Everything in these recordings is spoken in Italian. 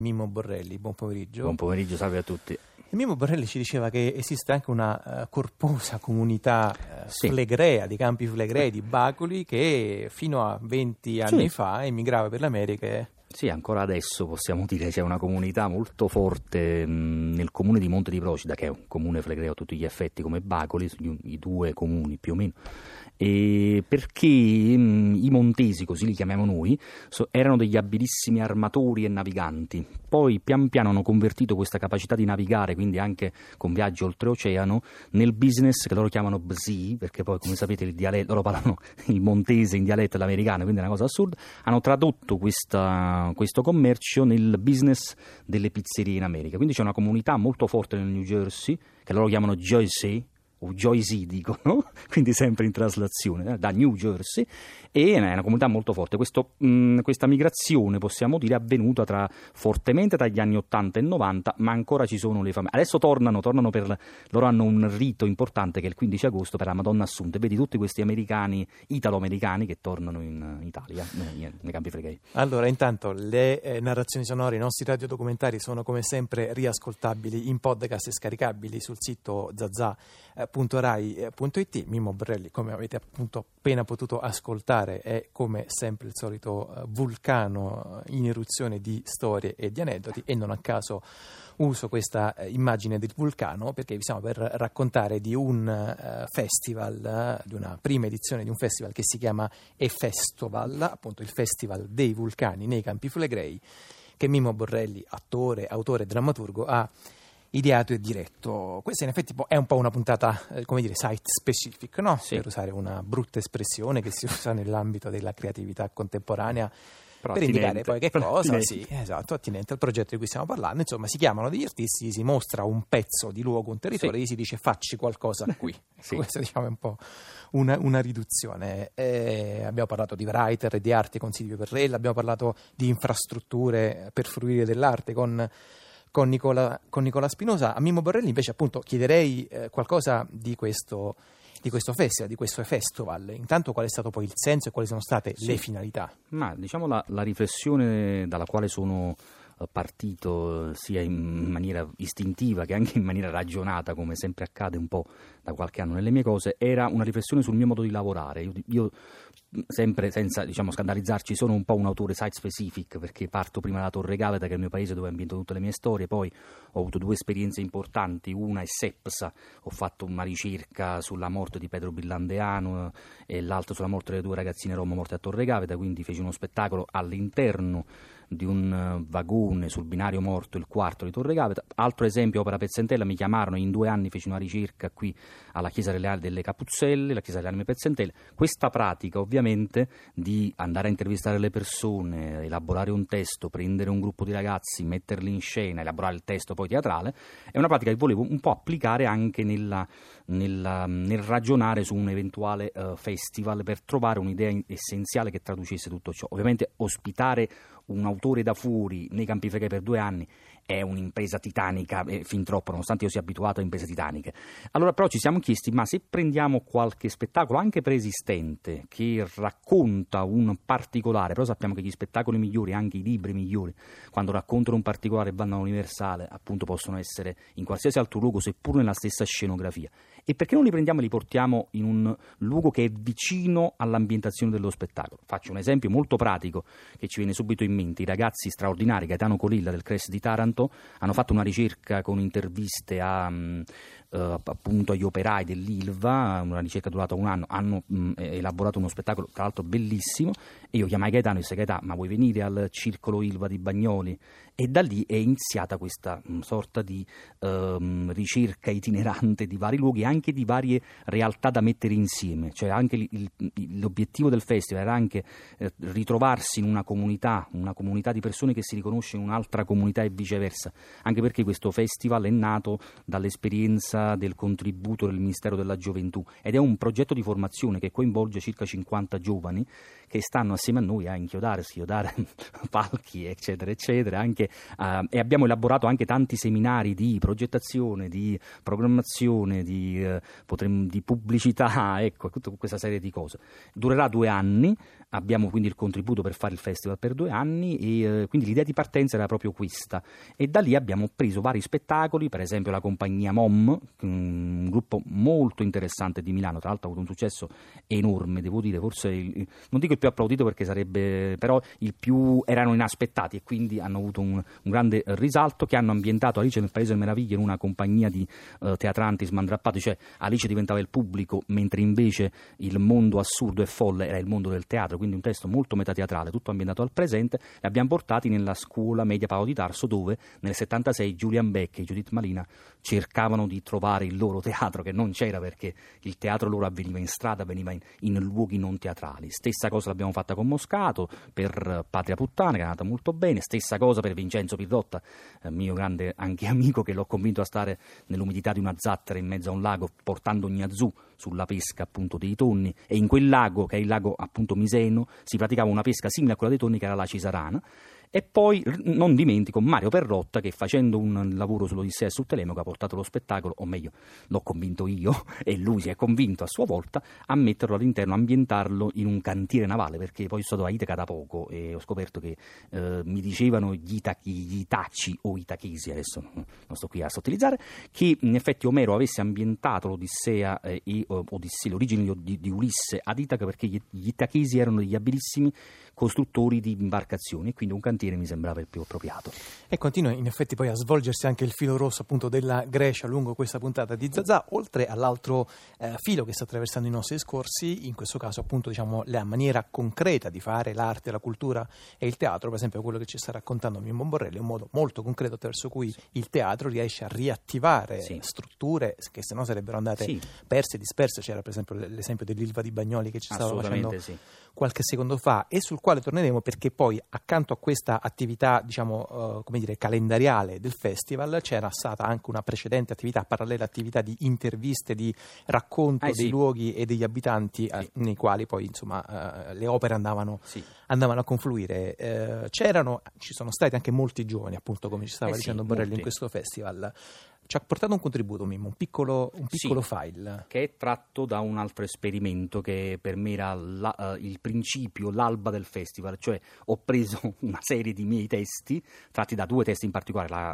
Mimmo Borrelli, buon pomeriggio. Buon pomeriggio, salve a tutti. E Mimmo Borrelli ci diceva che esiste anche una corposa comunità flegrea, di Campi Flegrei, di Bacoli, che fino a 20 anni fa emigrava per l'America. Sì, ancora adesso possiamo dire c'è una comunità molto forte nel comune di Monte di Procida, che è un comune flegreo a tutti gli effetti come Bacoli, i due comuni più o meno. E perché i montesi, così li chiamiamo noi, erano degli abilissimi armatori e naviganti. Poi pian piano hanno convertito questa capacità di navigare, quindi anche con viaggi oltreoceano, nel business che loro chiamano bzii, perché poi come sapete il dialetto, loro parlano il montese in dialetto all'americano, quindi è una cosa assurda. Hanno tradotto questo commercio nel business delle pizzerie in America. Quindi c'è una comunità molto forte nel New Jersey, che loro chiamano Jersey, o Joyce dicono, quindi sempre in traslazione, da New Jersey, e è una comunità molto forte. Questa migrazione, possiamo dire, è avvenuta fortemente tra gli anni 80 e 90, ma ancora ci sono le famiglie. Adesso tornano loro hanno un rito importante che è il 15 agosto per la Madonna Assunta, e vedi tutti questi italo-americani che tornano in Italia, nei Campi Flegrei. Allora, intanto le narrazioni sonore, i nostri radiodocumentari sono come sempre riascoltabili in podcast e scaricabili sul sito zazà.rai.it. Mimmo Borrelli, come avete appunto appena potuto ascoltare, è come sempre il solito vulcano in eruzione di storie e di aneddoti, e non a caso uso questa immagine del vulcano perché vi stiamo per raccontare di un festival, di una prima edizione di un festival che si chiama E-Festoval, appunto il Festival dei Vulcani nei Campi Flegrei, che Mimmo Borrelli, attore, autore e drammaturgo, ha ideato e diretto. Questa in effetti è un po' una puntata, come dire, site specific, no? Sì. Per usare una brutta espressione che si usa nell'ambito della creatività contemporanea, però per indicare poi che cosa, sì, esatto, attinente al progetto di cui stiamo parlando. Insomma, si chiamano degli artisti, si mostra un pezzo di luogo, un territorio, e si dice facci qualcosa qui. Sì. Questa, diciamo, è un po' una riduzione. Abbiamo parlato di writer e di arte con Silvio Perrella, abbiamo parlato di infrastrutture per fruire dell'arte con Nicola Spinosa. A Mimmo Borrelli invece appunto chiederei qualcosa di questo festival, di questo festival. Intanto qual è stato poi il senso e quali sono state le finalità? Ma diciamo la riflessione dalla quale sono partito, sia in maniera istintiva che anche in maniera ragionata, come sempre accade un po' da qualche anno nelle mie cose, era una riflessione sul mio modo di lavorare. Io sempre, senza scandalizzarci, sono un po' un autore site specific, perché parto prima da Torre Gaveta, che è il mio paese dove ho ambientato tutte le mie storie, poi ho avuto due esperienze importanti, una è Sepsa, ho fatto una ricerca sulla morte di Pedro Billandeano e l'altra sulla morte delle due ragazzine rom morte a Torre Gaveta, quindi feci uno spettacolo all'interno di un vagone sul binario morto, il quarto di Torre Gaveta. Altro esempio, Opera Pezzentella, mi chiamarono, in 2 anni feci una ricerca qui alla Chiesa delle Capuzzelle, la Chiesa delle Anime Pezzentelle. Questa pratica ovviamente di andare a intervistare le persone, elaborare un testo, prendere un gruppo di ragazzi, metterli in scena, elaborare il testo poi teatrale, è una pratica che volevo un po' applicare anche nel ragionare su un eventuale festival, per trovare un'idea essenziale che traducesse tutto ciò. Ovviamente ospitare un autore da fuori nei Campi Flegrei per 2 anni è un'impresa titanica, fin troppo, nonostante io sia abituato a imprese titaniche. Allora però ci siamo chiesti, ma se prendiamo qualche spettacolo anche preesistente che racconta un particolare, però sappiamo che gli spettacoli migliori, anche i libri migliori, quando raccontano un particolare e vanno all'universale, appunto possono essere in qualsiasi altro luogo, seppur nella stessa scenografia. E perché non li prendiamo e li portiamo in un luogo che è vicino all'ambientazione dello spettacolo? Faccio un esempio molto pratico che ci viene subito in mente. I ragazzi straordinari Gaetano Colilla del CRES di Taranto hanno fatto una ricerca con interviste appunto agli operai dell'Ilva, una ricerca durata 1 anno, hanno elaborato uno spettacolo tra l'altro bellissimo, e io chiamai Gaetano e disse: Gaetano, ma vuoi venire al Circolo Ilva di Bagnoli? E da lì è iniziata questa sorta di ricerca itinerante di vari luoghi, anche di varie realtà da mettere insieme. Cioè anche l'obiettivo del festival era anche ritrovarsi in una comunità di persone che si riconosce in un'altra comunità e viceversa, anche perché questo festival è nato dall'esperienza richiesta del contributo del Ministero della Gioventù, ed è un progetto di formazione che coinvolge circa 50 giovani che stanno assieme a noi a inchiodare, schiodare palchi, eccetera, eccetera, anche, e abbiamo elaborato anche tanti seminari di progettazione, di programmazione, di pubblicità, ecco, tutta questa serie di cose. Durerà 2 anni, abbiamo quindi il contributo per fare il festival per 2 anni, e quindi l'idea di partenza era proprio questa, e da lì abbiamo preso vari spettacoli, per esempio la compagnia MOM, un gruppo molto interessante di Milano, tra l'altro ha avuto un successo enorme, devo dire, forse non dico il più applaudito perché sarebbe, però il più, erano inaspettati e quindi hanno avuto un grande risalto, che hanno ambientato Alice nel Paese delle Meraviglie in una compagnia di teatranti smandrappati, cioè Alice diventava il pubblico, mentre invece il mondo assurdo e folle era il mondo del teatro, quindi un testo molto metateatrale, tutto ambientato al presente. Li abbiamo portati nella scuola media Paolo di Tarso, dove nel 76 Julian Beck e Judith Malina cercavano di trovare il loro teatro, che non c'era perché il teatro loro avveniva in strada, avveniva in luoghi non teatrali. Stessa cosa l'abbiamo fatta con Moscato per Patria Puttana, che è andata molto bene, stessa cosa per Vincenzo Pirrotta, mio grande anche amico, che l'ho convinto a stare nell'umidità di una zattera in mezzo a un lago portando Gnazù sulla pesca appunto dei tonni, e in quel lago, che è il lago appunto Miseno, si praticava una pesca simile a quella dei tonni, che era la Cisarana. E poi non dimentico Mario Perrotta, che facendo un lavoro sull'Odissea e su Telemaco ha portato lo spettacolo, o meglio l'ho convinto io e lui si è convinto a sua volta a metterlo all'interno, ambientarlo in un cantiere navale, perché poi sono stato a Itaca da poco e ho scoperto che mi dicevano gli Itaci o Itachesi, adesso non sto qui a sottilizzare, che in effetti Omero avesse ambientato l'Odissea e Odissea, l'origine di Ulisse ad Itaca, perché gli Itachesi erano degli abilissimi costruttori di imbarcazioni, e quindi un cantiere mi sembrava il più appropriato. E continua in effetti poi a svolgersi anche il filo rosso appunto della Grecia lungo questa puntata di Zazà, oltre all'altro filo che sta attraversando i nostri discorsi, in questo caso appunto diciamo la maniera concreta di fare l'arte, la cultura e il teatro. Per esempio quello che ci sta raccontando Mimmo Borrelli è un modo molto concreto attraverso cui il teatro riesce a riattivare strutture che sennò sarebbero andate perse, disperse. C'era per esempio l'esempio dell'Ilva di Bagnoli che ci stava facendo qualche secondo fa, e sul quale torneremo, perché poi accanto a questa attività diciamo come dire calendariale del festival c'era stata anche una precedente attività, parallela attività di interviste, di racconto dei luoghi e degli abitanti nei quali poi insomma le opere andavano a confluire. Ci sono stati anche molti giovani, appunto, come ci stava dicendo Borrelli, in questo festival. Ci ha portato un contributo, Mimmo, un piccolo file che è tratto da un altro esperimento che per me era il principio, l'alba del festival. Cioè ho preso una serie di miei testi, tratti da 2 testi in particolare,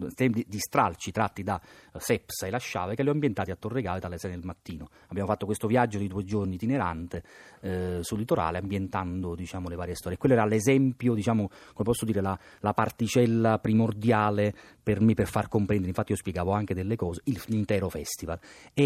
di stralci tratti da Sepsa e La Sciave, che li ho ambientati a Torregale dalle 6 del mattino. Abbiamo fatto questo viaggio di 2 giorni itinerante sul litorale, ambientando diciamo le varie storie. Quello era l'esempio, diciamo, come posso dire, la particella primordiale per me per far comprendere. Infatti io spiegavo anche delle cose, l'intero festival,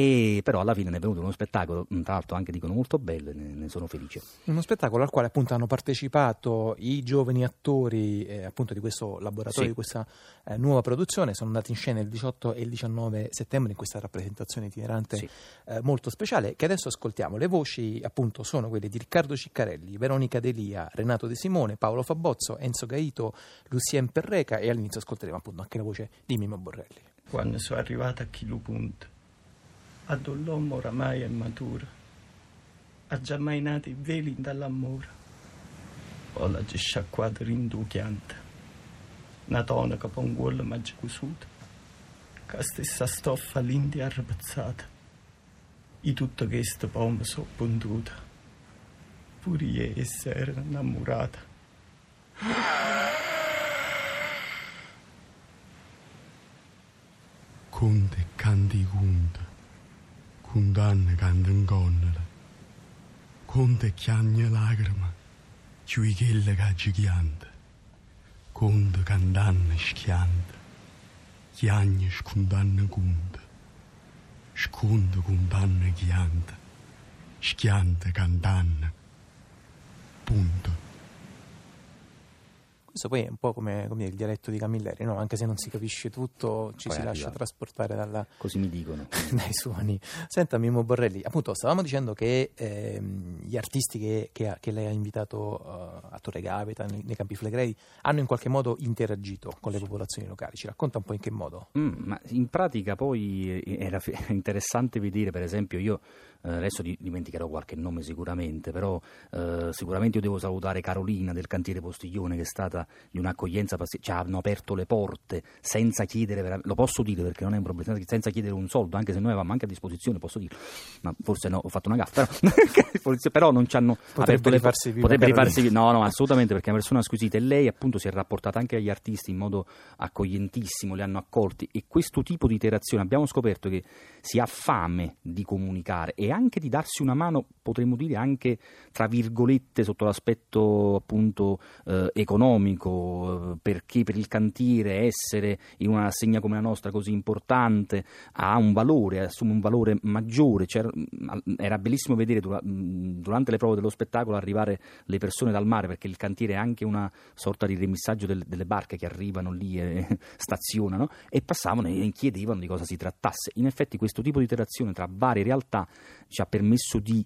e però alla fine ne è venuto uno spettacolo, tra l'altro anche dicono molto bello, e ne sono felice. Uno spettacolo al quale appunto hanno partecipato i giovani attori appunto di questo laboratorio, di questa nuova produzione. Sono andati in scena il 18 e il 19 settembre in questa rappresentazione itinerante molto speciale, che adesso ascoltiamo. Le voci appunto sono quelle di Riccardo Ciccarelli, Veronica Delia, Renato De Simone, Paolo Fabozzo, Enzo Gaito, Lucien Perreca, e all'inizio ascolteremo appunto anche la voce di Mimmo Borrelli. Quando sono arrivato a Chilo Punto, a l'uomo oramai è maturo, ha già mainato i veli dall'amore, poi l'ha già sciacquato rinduchiante, una tonaca per un guollo mangia cusuto, che la stessa stoffa l'India arrapazzata, e tutto questo poi mi sono puntuta, pure io ero innamorata. Conte canti conte, condanne canta in connella, conte chiagne lacrime, ciui chelle che giganti, conte candanne schiante, chiagne scondanne conte, sconde condanne chiante, schiante candanne, punto. Questo poi è un po' come il dialetto di Camilleri, no? Anche se non si capisce tutto, ci Poi si è lascia arrivato. trasportare Così mi dicono. dai suoni. Senta, Mimmo Borrelli, appunto stavamo dicendo che gli artisti che lei ha invitato a Torre Gaveta, nei Campi Flegrei, hanno in qualche modo interagito con le popolazioni locali. Ci racconta un po' in che modo? Ma in pratica poi era interessante vedere, per esempio, io adesso dimenticherò qualche nome sicuramente, però sicuramente io devo salutare Carolina del cantiere Postiglione, che è stata di un'accoglienza, ci hanno aperto le porte senza chiedere, lo posso dire perché non è un problema, senza chiedere un soldo, anche se noi avevamo anche a disposizione, posso dirlo, ma forse no, ho fatto una gaffa, però non ci hanno aperto le porte. Potrebbe rifarsi viva, no, assolutamente, perché è una persona squisita, e lei appunto si è rapportata anche agli artisti in modo accoglientissimo, li hanno accolti, e questo tipo di interazione abbiamo scoperto che si ha fame di comunicare e anche di darsi una mano, potremmo dire anche tra virgolette sotto l'aspetto appunto economico, perché per il cantiere essere in una rassegna come la nostra così importante ha un valore, assume un valore maggiore. Era bellissimo vedere durante le prove dello spettacolo arrivare le persone dal mare, perché il cantiere è anche una sorta di remissaggio delle barche che arrivano lì e stazionano, e passavano e chiedevano di cosa si trattasse. In effetti questo tipo di interazione tra varie realtà ci ha permesso di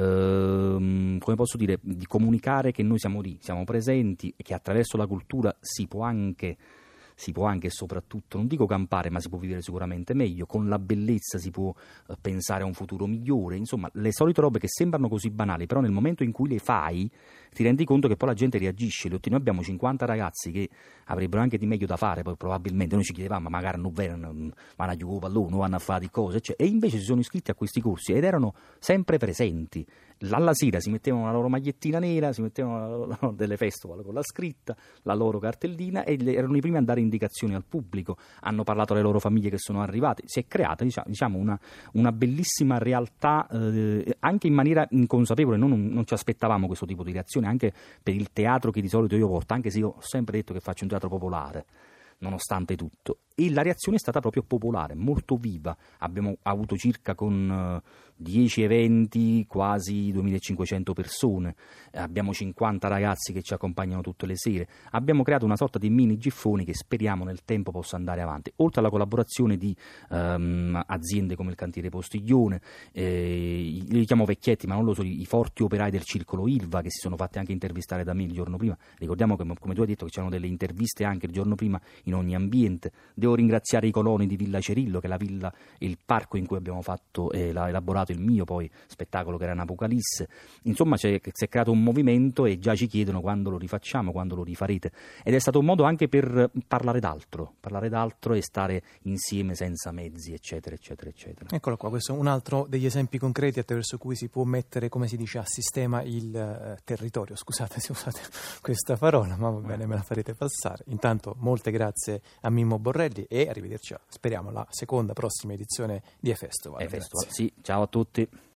come posso dire, di comunicare che noi siamo lì, siamo presenti, e che attraverso la cultura si può anche e soprattutto, non dico campare, ma si può vivere sicuramente meglio, con la bellezza si può pensare a un futuro migliore, insomma le solite robe che sembrano così banali, però nel momento in cui le fai ti rendi conto che poi la gente reagisce. Noi abbiamo 50 ragazzi che avrebbero anche di meglio da fare, poi probabilmente noi ci chiedevamo ma magari non vanno a giocare pallone, vanno a fare di cose, e invece si sono iscritti a questi corsi ed erano sempre presenti. Alla sera si mettevano la loro magliettina nera, si mettevano delle festival con la scritta, la loro cartellina, e erano i primi a dare indicazioni al pubblico, hanno parlato alle loro famiglie che sono arrivate. Si è creata diciamo una bellissima realtà, anche in maniera inconsapevole. Non ci aspettavamo questo tipo di reazione anche per il teatro che di solito io porto, anche se io ho sempre detto che faccio un teatro popolare nonostante tutto, e la reazione è stata proprio popolare, molto viva. Abbiamo avuto circa con 10 eventi quasi 2500 persone, abbiamo 50 ragazzi che ci accompagnano tutte le sere, abbiamo creato una sorta di mini giffoni che speriamo nel tempo possa andare avanti, oltre alla collaborazione di aziende come il cantiere Postiglione, li chiamo vecchietti ma non lo so, i forti operai del circolo Ilva, che si sono fatti anche intervistare da me il giorno prima. Ricordiamo che, come tu hai detto, che c'erano delle interviste anche il giorno prima in ogni ambiente. Devo ringraziare i coloni di Villa Cerillo, che è la villa, il parco in cui abbiamo fatto l'ha elaborato il mio poi spettacolo, che era Un'Apocalisse. Insomma si è creato un movimento e già ci chiedono quando lo rifacciamo, quando lo rifarete, ed è stato un modo anche per parlare d'altro e stare insieme senza mezzi, eccetera eccetera eccetera. Eccolo qua, questo è un altro degli esempi concreti attraverso cui si può mettere, come si dice, a sistema il territorio. Scusate se usate questa parola, ma va bene, me la farete passare. Intanto molte grazie a Mimmo Borrelli e arrivederci, speriamo, alla prossima edizione di E-Festival. E-Festival, sì, ciao a tutti.